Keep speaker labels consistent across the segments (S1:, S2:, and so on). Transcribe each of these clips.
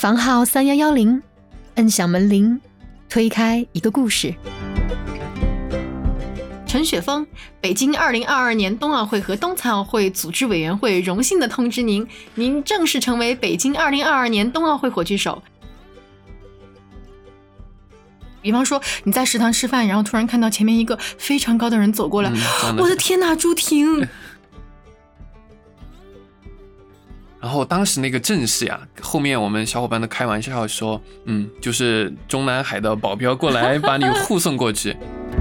S1: 房号3110，摁响门铃，推开一个故事。陈雪峰，北京2022年冬奥会和冬残奥会组织委员会荣幸的通知您，您正式成为北京2022年冬奥会火炬手。比方说你在食堂吃饭，然后突然看到前面一个非常高的人走过来，我的天哪，朱婷！
S2: 然后当时那个阵势呀，后面我们小伙伴都开玩笑说，就是中南海的保镖过来把你护送过去。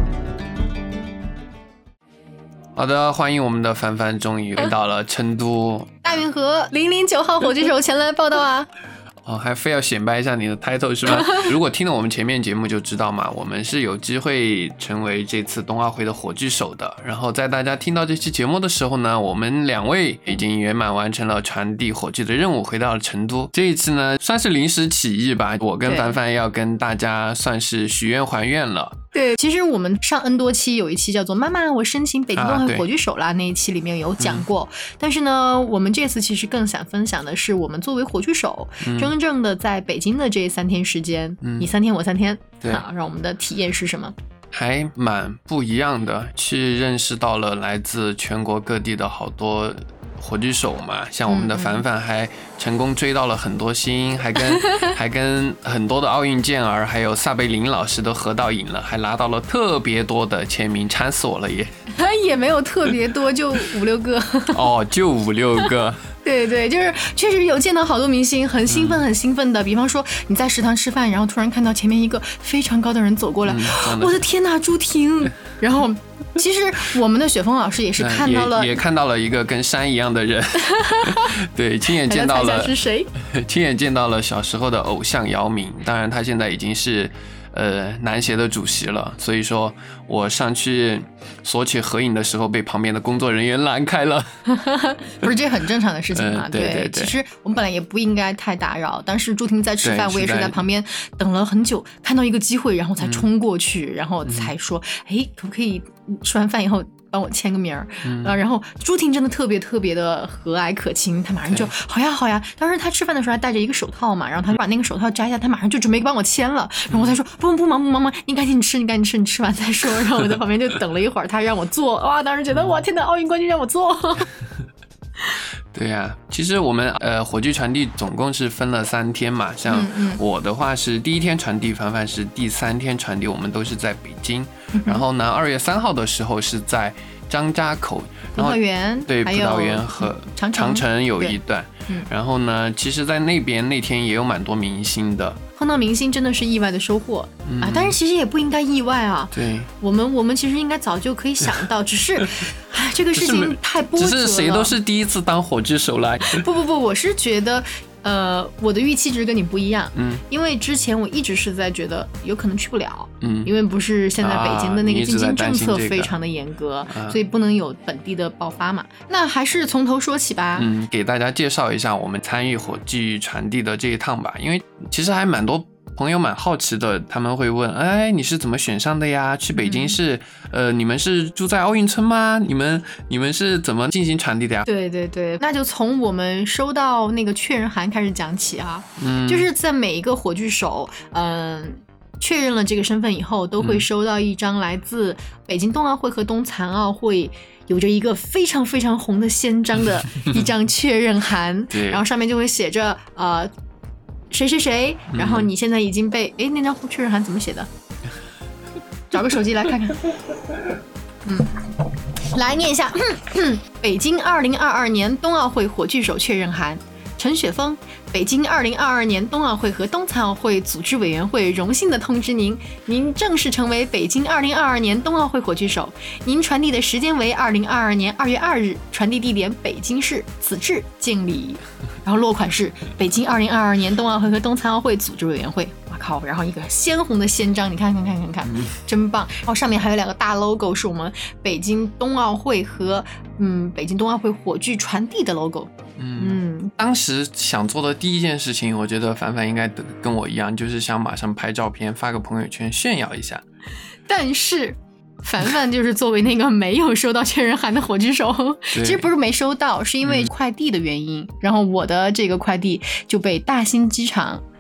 S2: 好的，欢迎我们的凡凡终于来到了成都
S1: 大运河009号火炬手前来报道啊！
S2: 还非要显摆一下你的 title 是吗？如果听了我们前面节目就知道嘛，我们是有机会成为这次冬奥会的火炬手的。然后在大家听到这期节目的时候呢，我们两位已经圆满完成了传递火炬的任务，回到了成都。这一次呢，算是临时起意吧，我跟凡凡要跟大家算是许愿还愿了。
S1: 对，其实我们上 N 多期有一期叫做妈妈我申请北京冬奥会火炬手啦，那一期里面有讲过，但是呢我们这次其实更想分享的是我们作为火炬手真正的在北京的这3天时间，你3天我3天，让我们的体验是什么？
S2: 还蛮不一样的，去认识到了来自全国各地的好多火炬手嘛，像我们的凡凡还成功追到了很多星，还跟很多的奥运健儿还有撒贝宁老师都合到影了，还拿到了特别多的签名，馋死我了
S1: 也没有特别多，就5-6个
S2: 就5-6个
S1: 对对，就是确实有见到好多明星，很兴奋的。比方说你在食堂吃饭，然后突然看到前面一个非常高的人走过来，我的天哪，朱婷！然后其实我们的雪峰老师也是看到了，
S2: 也看到了一个跟山一样的人，对，亲眼见到了
S1: 是谁？
S2: 亲眼见到了小时候的偶像姚明，当然他现在已经是男协的主席了，所以说我上去索取合影的时候被旁边的工作人员拦开了。
S1: 不是，这很正常的事情嘛。
S2: 对，
S1: 其实我们本来也不应该太打扰，当时朱婷在吃饭，我也是在旁边等了很久，看到一个机会然后才冲过去，然后才说可不可以吃完饭以后帮我签个名儿，然后朱婷真的特别的和蔼可亲，她马上就好呀。当时她吃饭的时候还戴着一个手套嘛，然后她就把那个手套摘下，她马上就准备帮我签了，然后我才说不忙，你赶紧吃，你吃完再说。然后我在旁边就等了一会儿，她让我做，哇，当时觉得哇天哪，奥运冠军让我做。
S2: 对呀，其实我们火炬传递总共是分了3天嘛，像我的话是第1天传递，凡凡是第3天传递，我们都是在北京。然后呢2月3号的时候是在张家口，
S1: 葡萄园，
S2: 对，葡萄园和长城有一段。然后呢其实在那边那天也有蛮多明星的，
S1: 碰到明星真的是意外的收获但是其实也不应该意外啊。
S2: 对，
S1: 我们其实应该早就可以想到，只是这个事情太波折了，
S2: 只是谁都是第一次当火炬手来。
S1: 不，我是觉得我的预期值跟你不一样，因为之前我一直是在觉得有可能去不了，因为不是现在北京的那个进京政策非常的严格，所以不能有本地的爆发嘛。那还是从头说起吧。
S2: 给大家介绍一下我们参与火炬传递的这一趟吧，因为其实还蛮多朋友蛮好奇的，他们会问，你是怎么选上的呀？去北京是你们是住在奥运村吗？你们是怎么进行传递的呀？
S1: 对，那就从我们收到那个确认函开始讲起啊。就是在每一个火炬手确认了这个身份以后，都会收到一张来自北京冬奥会和冬残奥会有着一个非常红的宪章的一张确认函然后上面就会写着谁，然后你现在已经被那张确认函怎么写的？找个手机来看看。来念一下。北京2022年冬奥会火炬手确认函，陈雪峰，北京2022年冬奥会和冬残奥会组织委员会荣幸的通知您，您正式成为北京2022年冬奥会火炬手。您传递的时间为2022年2月2日，传递地点北京市，此致敬礼。然后落款是北京2022年冬奥会和冬残奥会组织委员会。哇靠！然后一个鲜红的宪章，你看，真棒。然后上面还有2个大 logo， 是我们北京冬奥会和北京冬奥会火炬传递的 logo。
S2: 当时想做的第一件事情，我觉得凡凡应该跟我一样，就是想马上拍照片发个朋友圈炫耀一下。
S1: 但是凡凡就是作为那个没有收到确认函的火炬手，其实不是没收到，是因为快递的原因，然后我的这个快递就被大兴机场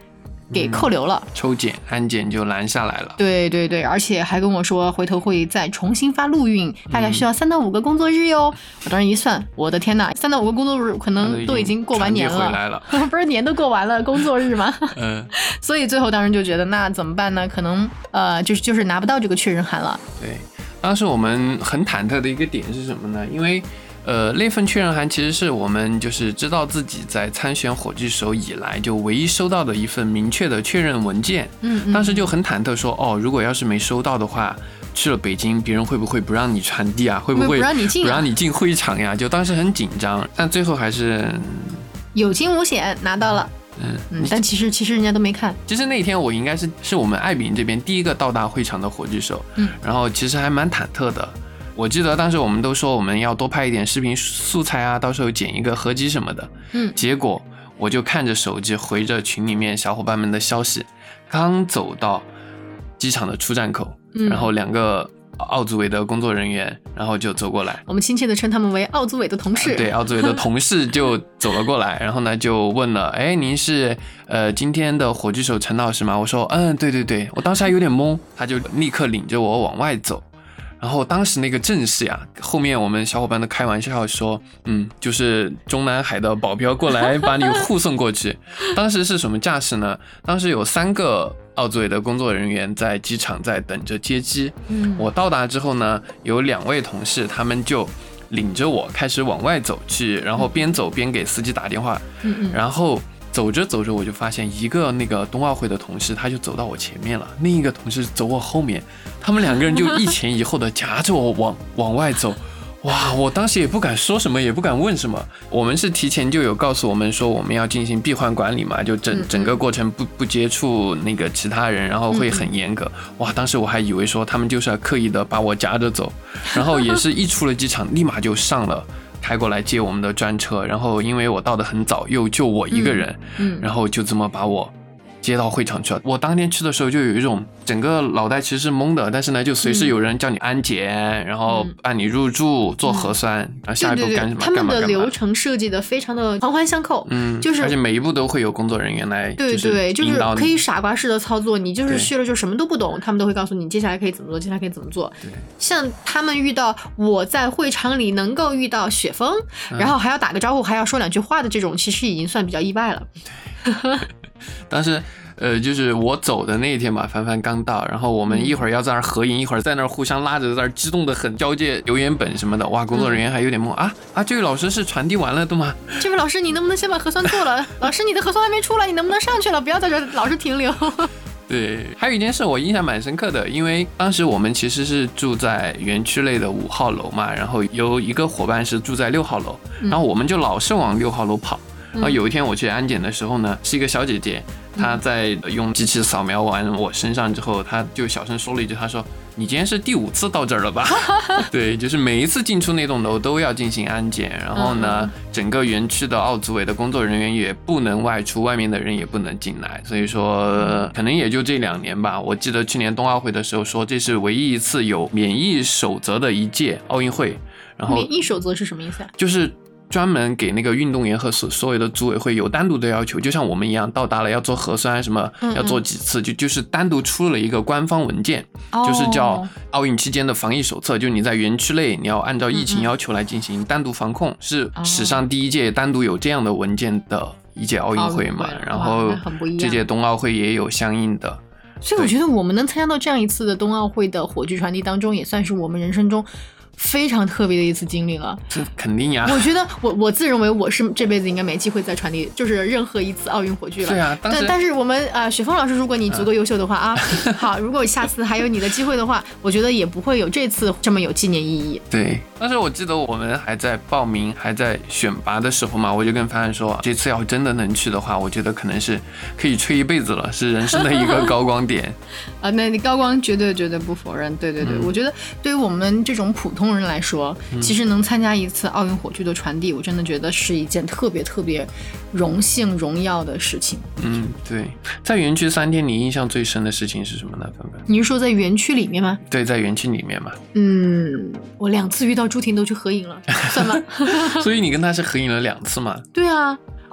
S1: 给扣留了，
S2: 抽检安检就拦下来了。
S1: 对对对，而且还跟我说回头会再重新发陆运，大概需要3到5个工作日哟。我当时一算，我的天哪，3到5个工作日可能都已经过完年了，
S2: 回来了
S1: 不是年都过完了，工作日吗？所以最后当时就觉得那怎么办呢？可能就是拿不到这个确认函了。
S2: 对，当时我们很忐忑的一个点是什么呢？因为那份确认函其实是我们就是知道自己在参选火炬手以来就唯一收到的一份明确的确认文件。当时就很忐忑说，如果要是没收到的话，去了北京别人会不会不让你传递啊？会不会不让你进会场呀？就当时很紧张，但最后还是
S1: 有惊无险拿到了。但其实人家都没看。
S2: 其实那天我应该是我们爱丙这边第一个到达会场的火炬手，然后其实还蛮忐忑的。我记得当时我们都说我们要多拍一点视频素材啊，到时候剪一个合集什么的。结果我就看着手机回着群里面小伙伴们的消息，刚走到机场的出站口，然后2个奥组委的工作人员，然后就走过来，
S1: 我们亲切的称他们为奥组委的同事。
S2: 对，奥组委的同事就走了过来，然后呢就问了，您是今天的火炬手陈老师吗？我说对对对，我当时还有点懵，他就立刻领着我往外走。然后当时那个阵势呀，后面我们小伙伴都开玩笑说，就是中南海的保镖过来把你护送过去。当时是什么架势呢？当时有3个奥组委的工作人员在机场在等着接机。我到达之后呢，有2位同事，他们就领着我开始往外走去，然后边走边给司机打电话。然后走着走着，我就发现一个那个冬奥会的同事，他就走到我前面了，另一个同事走我后面，他们2个人就一前一后的夹着我往外走。哇，我当时也不敢说什么，也不敢问什么。我们是提前就有告诉我们说我们要进行闭环管理嘛，就整个过程不接触那个其他人，然后会很严格。哇，当时我还以为说他们就是要刻意的把我夹着走，然后也是一出了机场立马就上了开过来接我们的专车，然后因为我到得很早，又就我一个人，然后就这么把我接到会场去了。我当天去的时候就有一种整个脑袋其实是懵的，但是呢就随时有人叫你安检，然后办你入住，做核酸，然后下一步干什么，
S1: 他们的流程设计的非常的环环相扣，就是
S2: 而且每一步都会有工作人员来，
S1: 对对，就是可以傻瓜式的操作，你就是去了就什么都不懂，他们都会告诉你接下来可以怎么做，接下来可以怎么做。像他们遇到我在会场里能够遇到雪峰，然后还要打个招呼，还要说2句话的这种，其实已经算比较意外了。
S2: 当时就是我走的那一天嘛，凡凡刚到，然后我们一会儿要在那儿合影，一会儿在那儿互相拉着，在那儿激动的很，交接留言本什么的。哇，工作人员还有点懵这位老师是传递完了的吗？
S1: 这位老师，你能不能先把核酸做了？老师，你的核酸还没出来，你能不能上去了？不要在这老是停留。
S2: 对，还有一件事我印象蛮深刻的，因为当时我们其实是住在园区内的5号楼嘛，然后有一个伙伴是住在6号楼，然后我们就老是往6号楼跑。然后有一天我去安检的时候呢，是一个小姐姐，她在用机器扫描完我身上之后，她就小声说了一句，她说你今天是第5次到这儿了吧？对，就是每一次进出那栋楼都要进行安检，然后呢整个园区的奥组委的工作人员也不能外出，外面的人也不能进来，所以说可能也就这2年吧。我记得去年冬奥会的时候说这是唯一一次有免疫守则的一届奥运会。然后
S1: 免疫守则是什么意思啊？
S2: 就是专门给那个运动员和所有的组委会有单独的要求，就像我们一样，到达了要做核酸什么，要做几次，就是单独出了一个官方文件，就是叫奥运期间的防疫手册，就你在园区内你要按照疫情要求来进行单独防控，是史上第一届单独有这样的文件的一届奥运会嘛，然后这届冬奥会也有相应的。
S1: 所以我觉得我们能参加到这样一次的冬奥会的火炬传递当中，也算是我们人生中非常特别的一次经历了。
S2: 这肯定呀，
S1: 我觉得我自认为我是这辈子应该没机会再传递就是任何一次奥运火炬了。
S2: 对啊，
S1: 但是我们雪峰老师，如果你足够优秀的话好，如果下次还有你的机会的话，我觉得也不会有这次这么有纪念意义。
S2: 对，当时我记得我们还在报名还在选拔的时候嘛，我就跟凡凡说，这次要真的能去的话，我觉得可能是可以吹一辈子了，是人生的一个高光点。
S1: 那你高光绝对不否认。对，我觉得对于我们这种普通人来说，其实能参加一次奥运火炬的传递，我真的觉得是一件特别荣幸荣耀的事情。
S2: 对，在园区3天你印象最深的事情是什么呢？凡凡，
S1: 你是说在园区里面吗？
S2: 对，在园区里面嘛。
S1: 我2次遇到朱婷都去合影了，算吗？
S2: 所以你跟他是合影了2次吗？
S1: 对啊。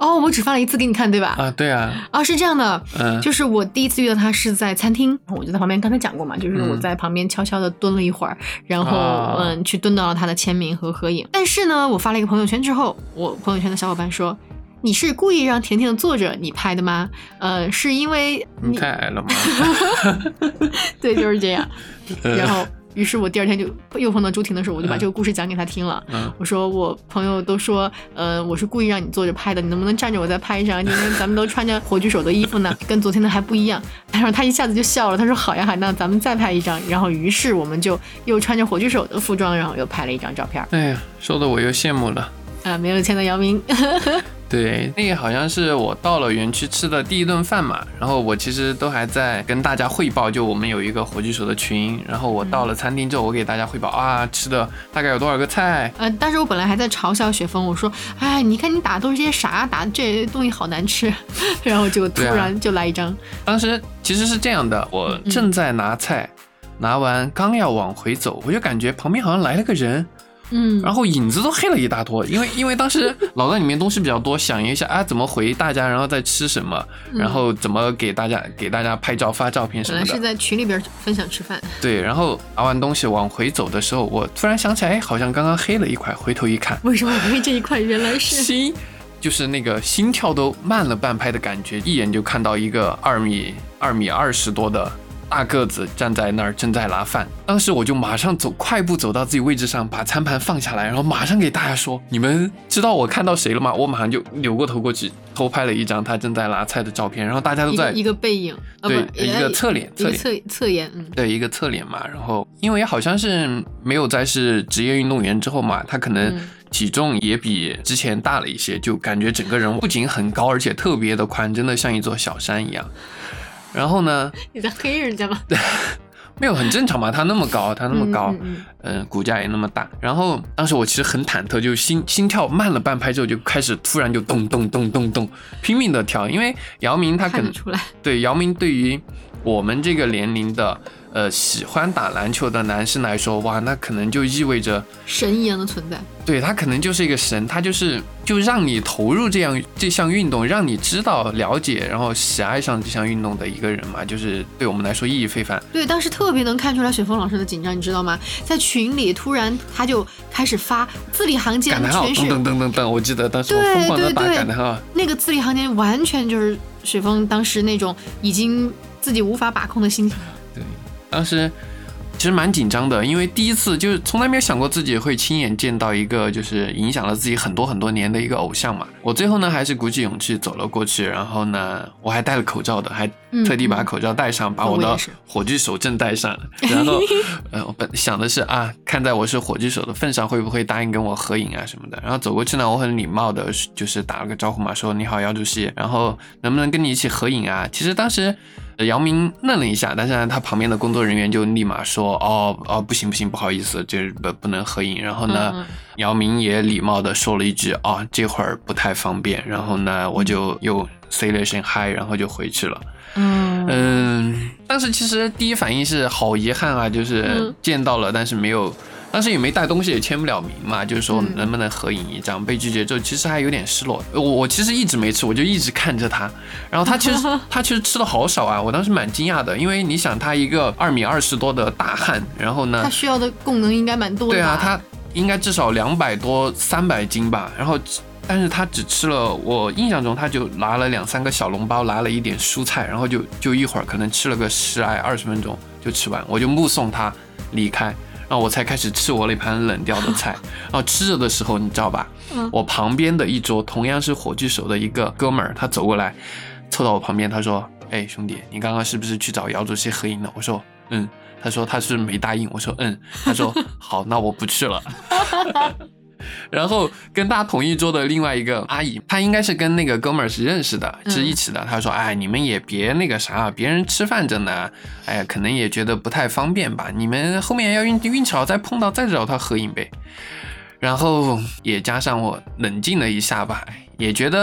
S1: 哦，我只发了一次给你看，对吧？
S2: 啊，对啊。
S1: 啊，是这样的，就是我第一次遇到他是在餐厅，我就在旁边，刚才讲过嘛，就是我在旁边悄悄的蹲了一会儿，然后去蹲到了他的签名和合影。但是呢，我发了一个朋友圈之后，我朋友圈的小伙伴说，你是故意让甜甜的坐着你拍的吗？是因为
S2: 你太矮了吗？
S1: 对，就是这样。然后于是我第二天就又碰到朱婷的时候，我就把这个故事讲给她听了。我说我朋友都说，我是故意让你坐着拍的，你能不能站着我再拍一张？因为咱们都穿着火炬手的衣服呢，跟昨天的还不一样。然后他一下子就笑了，他说好呀好，那咱们再拍一张。然后于是我们就又穿着火炬手的服装，然后又拍了一张照片。
S2: 哎呀，说的我又羡慕了。
S1: 没有签到姚明。
S2: 对，那个好像是我到了园区吃的第一顿饭嘛，然后我其实都还在跟大家汇报，就我们有一个火炬手的群，然后我到了餐厅之后，我给大家汇报啊，吃的大概有多少个菜。
S1: 当时我本来还在嘲笑雪峰，我说，哎，你看你打的都是些啥，打的这东西好难吃，然后就突然就来一张。
S2: 当时其实是这样的，我正在拿菜，拿完刚要往回走，我就感觉旁边好像来了个人。然后影子都黑了一大坨，因为当时脑袋里面东西比较多，想一下啊怎么回大家，然后再吃什么，然后怎么给大家拍照发照片什么的。
S1: 本来是在群里边分享吃饭。
S2: 对，然后拿完东西往回走的时候，我突然想起来，好像刚刚黑了一块，回头一看，
S1: 为什么黑这一块？原来是
S2: 心，就是那个心跳都慢了半拍的感觉，一眼就看到一个2米20多的大个子站在那儿正在拿饭，当时我就马上快步走到自己位置上，把餐盘放下来，然后马上给大家说，你们知道我看到谁了吗？我马上就扭过头过去偷拍了一张他正在拿菜的照片，然后大家都在
S1: 一个背影，
S2: 对，一个侧脸，
S1: 侧颜，
S2: 对，一个侧脸嘛。然后因为好像是没有再是职业运动员之后嘛，他可能体重也比之前大了一些，就感觉整个人不仅很高，而且特别的宽，真的像一座小山一样。然后呢？
S1: 你在黑人家吗？
S2: 没有，很正常嘛，他那么高，骨架也那么大。然后当时我其实很忐忑，就心跳慢了半拍之后，就开始突然就咚咚咚咚咚拼命的跳，因为姚明他可能对姚明对于我们这个年龄的喜欢打篮球的男生来说，哇，那可能就意味着
S1: 神一样的存在。
S2: 对，他可能就是一个神，他就让你投入这项运动，让你知道了解，然后喜爱上这项运动的一个人嘛，就是对我们来说意义非凡。
S1: 对，当时特别能看出来雪峰老师的紧张，你知道吗？在群里突然他就开始发字里行间，
S2: 感叹号，噔，我记得当时我疯狂的打感叹号，
S1: 那个字里行间完全就是雪峰当时那种已经自己无法把控的心情。
S2: 对，当时其实蛮紧张的，因为第一次就是从来没有想过自己会亲眼见到一个就是影响了自己很多年的一个偶像嘛。我最后呢还是鼓起勇气走了过去，然后呢我还戴了口罩的，还特地把口罩戴上，把我的火炬手证戴上，然后我本想的是啊，看在我是火炬手的份上，会不会答应跟我合影啊什么的。然后走过去呢，我很礼貌的就是打了个招呼嘛，说你好姚主席，然后能不能跟你一起合影啊？其实当时姚明愣了一下，但是他旁边的工作人员就立马说不行，不好意思，就是不能合影。然后呢，姚明也礼貌的说了一句这会儿不太方便。然后呢，我就又 say 了一声嗨，然后就回去了。当时其实第一反应是好遗憾啊，就是见到了，但是没有。当时也没带东西，也签不了名嘛，就是说能不能合影一张，被拒绝之后其实还有点失落。我其实一直没吃，我就一直看着他，然后他其实吃的好少啊，我当时蛮惊讶的，因为你想他一个2米20多的大汉，然后呢他
S1: 需要的功能应该蛮多的。
S2: 对啊，他应该至少200多300斤吧，然后但是他只吃了，我印象中他就拿了2-3个小笼包，拿了一点蔬菜，然后就一会儿可能吃了个10来20分钟就吃完，我就目送他离开。然后我才开始吃我那盘冷掉的菜，然后吃着的时候你知道吧，我旁边的一桌同样是火炬手的一个哥们儿，他走过来凑到我旁边，他说兄弟，你刚刚是不是去找姚主席合影了？我说他说他是没答应，我说他说好，那我不去了。然后跟他同一桌的另外一个阿姨，她应该是跟那个哥们儿是认识的，是一起的。她说你们也别那个啥，别人吃饭着呢，可能也觉得不太方便吧，你们后面要运气好再碰到再找他合影呗。然后也加上我冷静了一下吧，也觉得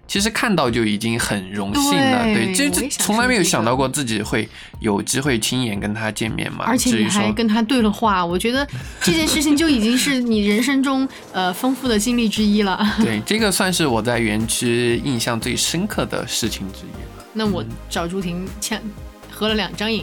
S2: 其实看到就已经很荣幸了。对，这从来没有想到过自己会有机会亲眼跟他见面嘛，
S1: 而且你还跟他对了话，我觉得这件事情就已经是你人生中丰富的经历之一了。
S2: 对，这个算是我在园区印象最深刻的事情之一了。
S1: 那我找朱婷合了2张影。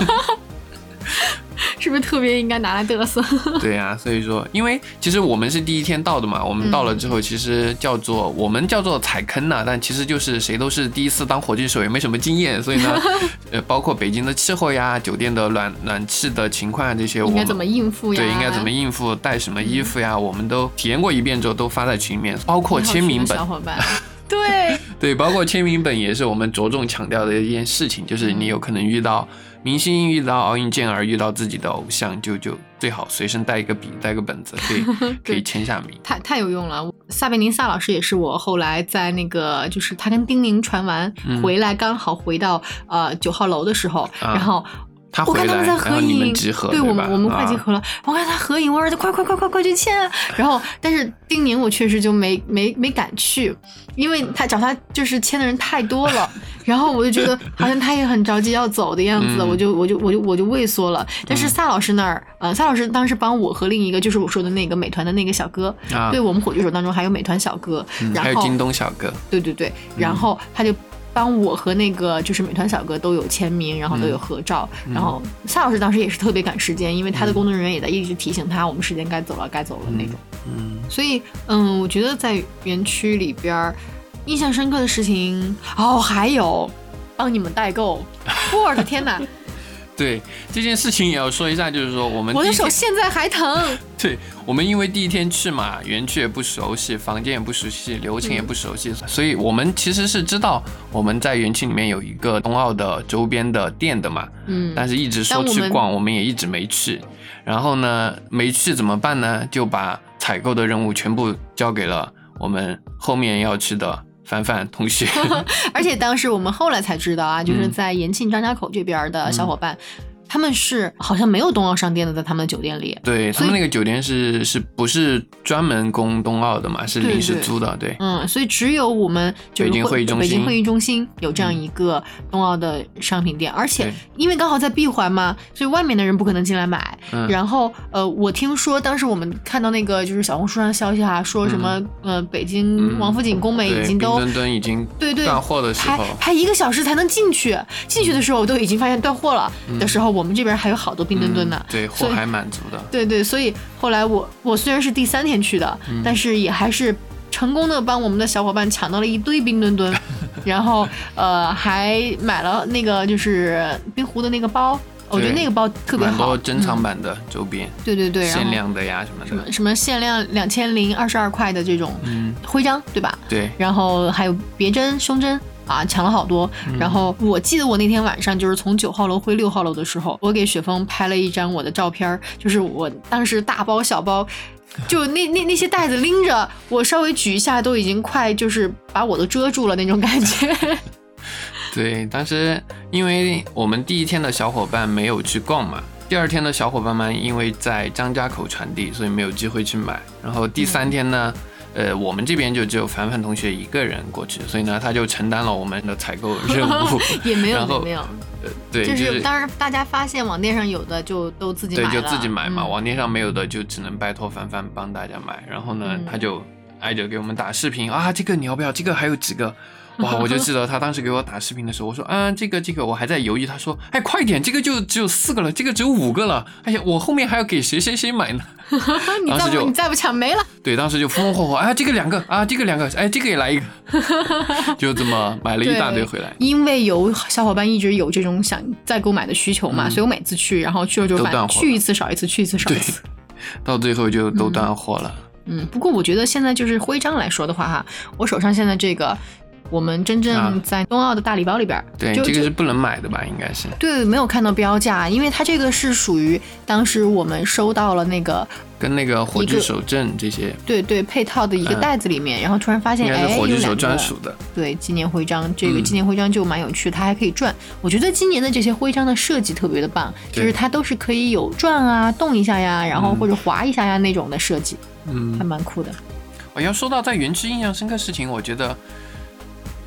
S1: 是不是特别应该拿来嘚瑟？
S2: 对啊，所以说，因为其实我们是第一天到的嘛，我们到了之后，其实我们叫做踩坑呢，但其实就是谁都是第一次当火炬手，也没什么经验，所以呢，包括北京的气候呀、酒店的暖气的情况啊这些，
S1: 应该怎么应付呀？
S2: 对，应该怎么应付，带什么衣服呀，我们都体验过一遍之后都发在群里面，包括签名本。
S1: 小伙伴。对
S2: 对，包括签名本也是我们着重强调的一件事情，就是你有可能遇到明星，遇到奥运健儿，遇到自己的偶像，就最好随身带一个笔，带个本子，可以签下名。
S1: 太有用了。撒贝宁萨老师也是我后来在那个，就是他跟丁宁传完回来，刚好回到9号楼的时候，然后。
S2: 他回来，
S1: 我看他们在合影，
S2: 你们集合，
S1: 对，我们快集合了。我看他合影，我儿子快去签。然后，但是丁宁我确实就没敢去，因为他找他就是签的人太多了。然后我就觉得好像他也很着急要走的样子，我就畏缩了。但是萨老师那儿，萨老师当时帮我和另一个就是我说的那个美团的那个小哥，对，我们火炬手当中还有美团小哥，然后
S2: 还有京东小哥，
S1: 对，然后他就。帮我和那个就是美团小哥都有签名，然后都有合照，然后萨老师当时也是特别赶时间，因为他的工作人员也在一直提醒他，我们时间该走了那种。所以我觉得在园区里边印象深刻的事情还有帮你们代购，我的天哪！
S2: 对，这件事情也要说一下，就是说我
S1: 的手现在还疼。
S2: 对，我们因为第一天去嘛，园区也不熟悉，房间也不熟悉，流程也不熟悉，所以我们其实是知道我们在园区里面有一个冬奥的周边的店的嘛，但是一直说去逛，我们也一直没去。然后呢，没去怎么办呢？就把采购的任务全部交给了我们后面要去的凡同学。
S1: 而且当时我们后来才知道啊，就是在延庆张家口这边的小伙伴，他们是好像没有冬奥商店的，在他们的酒店里。
S2: 对，他们那个酒店是不是专门供冬奥的嘛？是临时租的。对，
S1: 所以只有我们就是
S2: 北京会议
S1: 中心有这样一个冬奥的商品店，而且因为刚好在闭环嘛，所以外面的人不可能进来买。然后我听说当时我们看到那个就是小红书上的消息啊，说什么北京王府井、宫美已经都
S2: 冰墩已经断货的时候，
S1: 还1个小时才能进去的时候，我都已经发现断货了的时候。我们这边还有好多冰墩墩呢，
S2: 对，货还满足的。
S1: 对，所以后来我虽然是第3天去的，但是也还是成功的帮我们的小伙伴抢到了一堆冰墩墩，然后还买了那个就是冰壶的那个包，我觉得那个包特别好，
S2: 蛮多珍藏版的周边，
S1: 对，
S2: 限量的呀
S1: 什么限量2022块的这种徽章，对吧？
S2: 对，
S1: 然后还有别针、胸针。抢了好多。然后我记得我那天晚上就是从9号楼回6号楼的时候，我给雪峰拍了一张我的照片，就是我当时大包小包，就那些袋子拎着，我稍微举一下都已经快就是把我都遮住了那种感觉。
S2: 对，当时因为我们第一天的小伙伴没有去逛嘛，第2天的小伙伴们因为在张家口传递，所以没有机会去买。然后第3天呢，我们这边就只有凡同学一个人过去，所以呢，他就承担了我们的采购任务。
S1: 也没有，
S2: 对，
S1: 就是当然大家发现网店上有的就都自己买了，
S2: 对，就自己买嘛。网店上没有的就只能拜托凡帮大家买。然后呢，他就挨着给我们打视频啊，这个你要不要？这个还有几个？哇！我就记得他当时给我打视频的时候，我说这个我还在犹豫，他说快点，这个就只有4个了，这个只有5个了，哎呀，我后面还要给谁买呢？
S1: 你再不抢没了。
S2: 对，当时就风风火火这个2个这个2个，这个也来一个，就这么买了一大堆回来。
S1: 因为有小伙伴一直有这种想再购买的需求嘛，所以我每次去，然后去了就去一次少一次，去一次少一次，
S2: 到最后就都断货了。
S1: 不过我觉得现在就是徽章来说的话哈，我手上现在这个。我们真正在冬奥的大礼包里边，
S2: 对，这个是不能买的吧？应该是。
S1: 对，没有看到标价，因为它这个是属于当时我们收到了那个
S2: 跟那个火炬手证这些，
S1: 对配套的一个袋子里面，然后突然发现，
S2: 应该是火炬手专属的。
S1: 对，纪念徽章，这个纪念徽章就蛮有趣，它还可以转。我觉得今年的这些徽章的设计特别的棒，就是它都是可以有转啊、动一下呀，然后或者滑一下呀那种的设计，还蛮酷的。
S2: 我要说到在园区印象深刻事情，我觉得。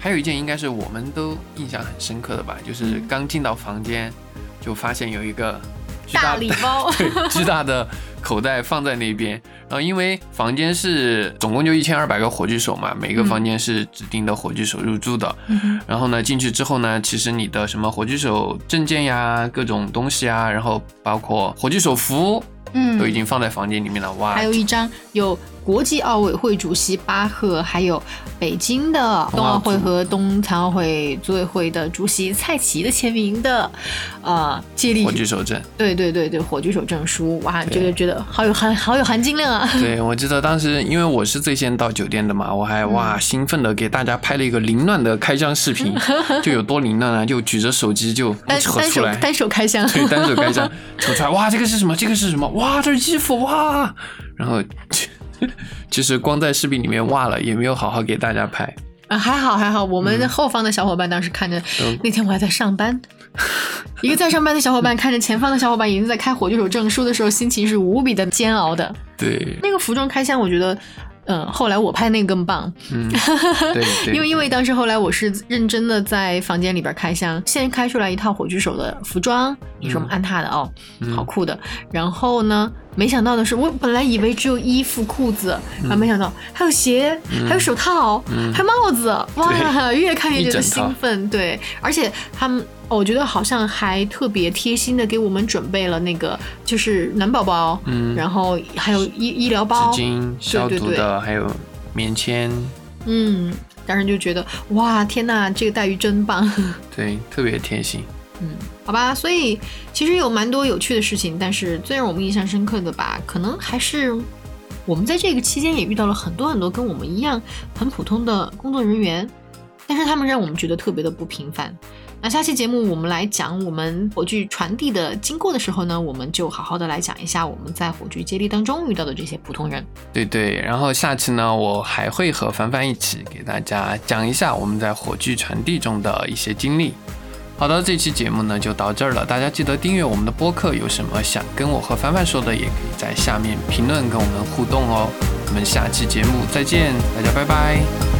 S2: 还有一件应该是我们都印象很深刻的吧，就是刚进到房间就发现有一个
S1: 大礼包，
S2: 对，巨大的口袋放在那边。然后因为房间是总共就1200个火炬手嘛，每个房间是指定的火炬手入住的。然后呢，进去之后呢，其实你的什么火炬手证件呀、各种东西啊，然后包括火炬手服，都已经放在房间里面了。哇！
S1: 还有一张有国际奥委会主席巴赫，还有北京的冬奥会和冬残奥会组委会的主席蔡奇的签名的接力
S2: 火炬手证。
S1: 对，火炬手证书。哇，这个觉得好有含金量啊！
S2: 对，我记得当时因为我是最先到酒店的嘛，我还兴奋的给大家拍了一个凌乱的开箱视频，就有多凌乱呢？就举着手机就扯出来，
S1: 单手开箱，
S2: 对，单手开箱扯出来，哇，这个是什么？这个是什么？哇，这是衣服哇！然后其实光在视频里面哇了，也没有好好给大家拍。
S1: 还好，我们后方的小伙伴当时看着，那天我还在上班，一个在上班的小伙伴看着前方的小伙伴已经在开火炬手证书的时候，心情是无比的煎熬的。
S2: 对，
S1: 那个服装开箱，我觉得。后来我拍那个更棒，
S2: 对，
S1: 因为当时后来我是认真的在房间里边开箱，先开出来一套火炬手的服装，也是我们安踏的好酷的。然后呢，没想到的是，我本来以为只有衣服、裤子，然后没想到还有鞋，还有手套，还有帽子，哇，越看越觉得兴奋。对，而且他们。我觉得好像还特别贴心的给我们准备了那个就是暖宝宝，然后还有医疗包、
S2: 纸巾、消毒的，还有棉签。
S1: 当时就觉得哇，天哪，这个待遇真棒。
S2: 对，特别贴心。
S1: 好吧，所以其实有蛮多有趣的事情，但是最让我们印象深刻的吧，可能还是我们在这个期间也遇到了很多跟我们一样很普通的工作人员，但是他们让我们觉得特别的不平凡。那下期节目我们来讲我们火炬传递的经过的时候呢，我们就好好的来讲一下我们在火炬接力当中遇到的这些普通人。
S2: 对，然后下期呢，我还会和凡凡一起给大家讲一下我们在火炬传递中的一些经历。好的，这期节目呢就到这儿了，大家记得订阅我们的播客，有什么想跟我和凡凡说的，也可以在下面评论跟我们互动哦。我们下期节目再见，大家拜拜。